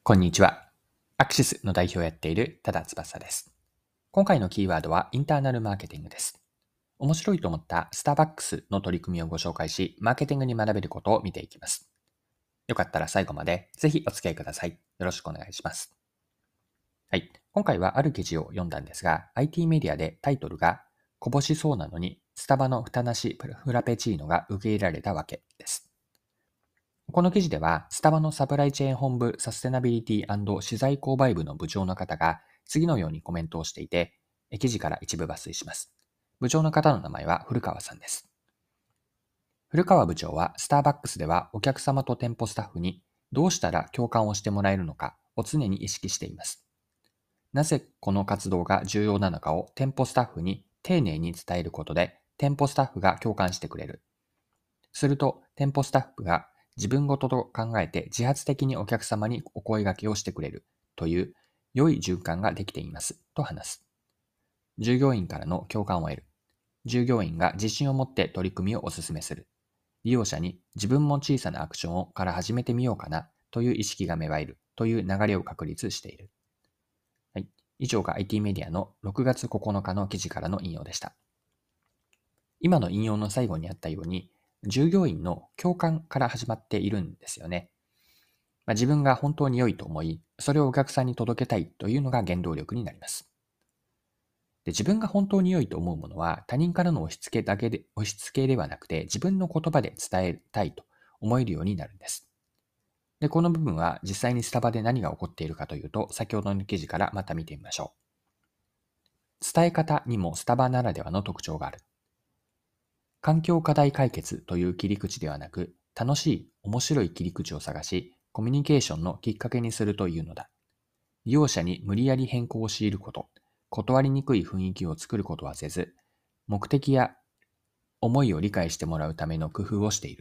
こんにちは。アクシスの代表をやっている多田翼です。今回のキーワードはインターナルマーケティングです。面白いと思ったスターバックスの取り組みをご紹介し、マーケティングに学べることを見ていきます。よかったら最後までぜひお付き合いください。よろしくお願いします。はい。今回はある記事を読んだんですが、IT メディアでタイトルがこぼしそうなのにスタバの蓋なしフラペチーノが受け入れられたわけです。この記事では、スタバのサプライチェーン本部サステナビリティ&資材購買部の部長の方が次のようにコメントをしていて、記事から一部抜粋します。部長の方の名前は古川さんです。古川部長は、スターバックスではお客様と店舗スタッフにどうしたら共感をしてもらえるのかを常に意識しています。なぜこの活動が重要なのかを店舗スタッフに丁寧に伝えることで、店舗スタッフが共感してくれる。すると、店舗スタッフが自分ごとと考えて自発的にお客様にお声掛けをしてくれるという良い循環ができていますと話す。従業員からの共感を得る。従業員が自信を持って取り組みをお勧めする。利用者に自分も小さなアクションをから始めてみようかなという意識が芽生えるという流れを確立している。はい。以上が IT メディアの6月9日の記事からの引用でした。今の引用の最後にあったように、従業員の共感から始まっているんですよね。自分が本当に良いと思い、それをお客さんに届けたいというのが原動力になります。で、自分が本当に良いと思うものは他人からの押し付けではなくて自分の言葉で伝えたいと思えるようになるんです。で、この部分は実際にスタバで何が起こっているかというと、先ほどの記事からまた見てみましょう。伝え方にもスタバならではの特徴がある。環境課題解決という切り口ではなく、楽しい、面白い切り口を探し、コミュニケーションのきっかけにするというのだ。利用者に無理やり変更を強いること、断りにくい雰囲気を作ることはせず、目的や思いを理解してもらうための工夫をしている。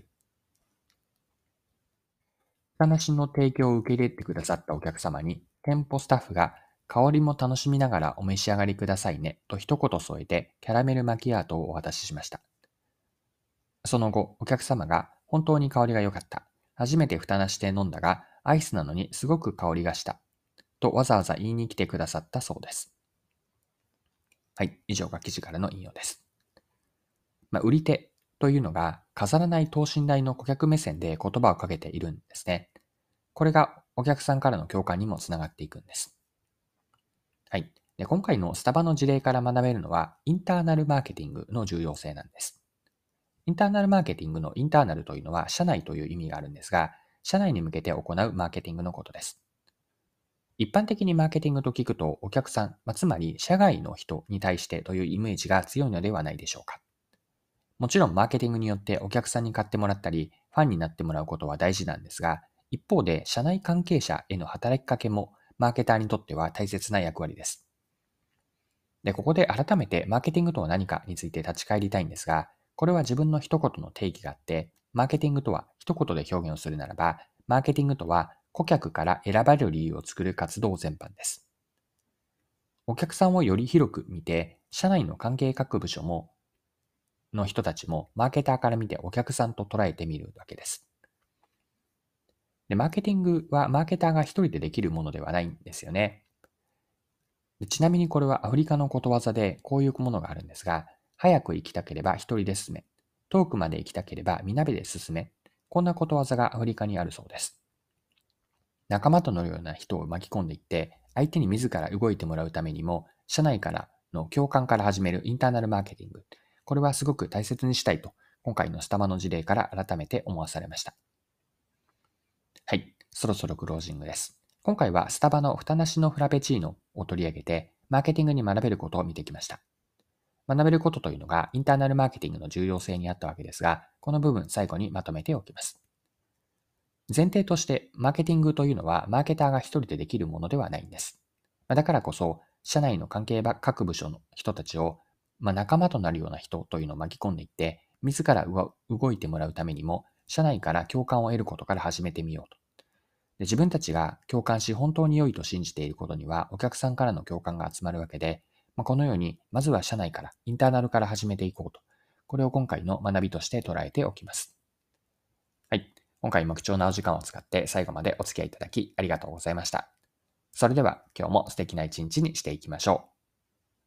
話の提供を受け入れてくださったお客様に、店舗スタッフが香りも楽しみながらお召し上がりくださいねと一言添えてキャラメルマキアートをお渡ししました。その後、お客様が本当に香りが良かった。初めて蓋なしで飲んだが、アイスなのにすごく香りがした。とわざわざ言いに来てくださったそうです。はい、以上が記事からの引用です。売り手というのが飾らない等身大の顧客目線で言葉をかけているんですね。これがお客さんからの共感にもつながっていくんです。はい。で、今回のスタバの事例から学べるのは、インターナルマーケティングの重要性なんです。インターナルマーケティングのインターナルというのは社内という意味があるんですが、社内に向けて行うマーケティングのことです。一般的にマーケティングと聞くとお客さん、つまり社外の人に対してというイメージが強いのではないでしょうか。もちろんマーケティングによってお客さんに買ってもらったり、ファンになってもらうことは大事なんですが、一方で社内関係者への働きかけもマーケターにとっては大切な役割です。で、ここで改めてマーケティングとは何かについて立ち返りたいんですが、これは自分の一言の定義があって、マーケティングとは一言で表現をするならば、マーケティングとは顧客から選ばれる理由を作る活動全般です。お客さんをより広く見て、社内の関係各部署の人たちもマーケターから見てお客さんと捉えてみるわけです。で、マーケティングはマーケターが一人でできるものではないんですよね。ちなみにこれはアフリカのことわざでこういうものがあるんですが、早く行きたければ一人で進め。遠くまで行きたければみなべで進め。こんなことわざがアフリカにあるそうです。仲間とのような人を巻き込んでいって、相手に自ら動いてもらうためにも、社内からの共感から始めるインターナルマーケティング。これはすごく大切にしたいと、今回のスタバの事例から改めて思わされました。はい、そろそろクロージングです。今回はスタバの蓋なしのフラペチーノを取り上げて、マーケティングに学べることを見てきました。学べることというのがインターナルマーケティングの重要性にあったわけですが、この部分最後にまとめておきます。前提として、マーケティングというのはマーケターが一人でできるものではないんです。だからこそ、社内の関係各部署の人たちを、仲間となるような人というのを巻き込んでいって、自ら動いてもらうためにも、社内から共感を得ることから始めてみようと。で、自分たちが共感し本当に良いと信じていることには、お客さんからの共感が集まるわけで、このように、まずは社内から、インターナルから始めていこうと。これを今回の学びとして捉えておきます。はい。 今回も貴重なお時間を使って最後までお付き合いいただきありがとうございました。それでは今日も素敵な一日にしていきましょう。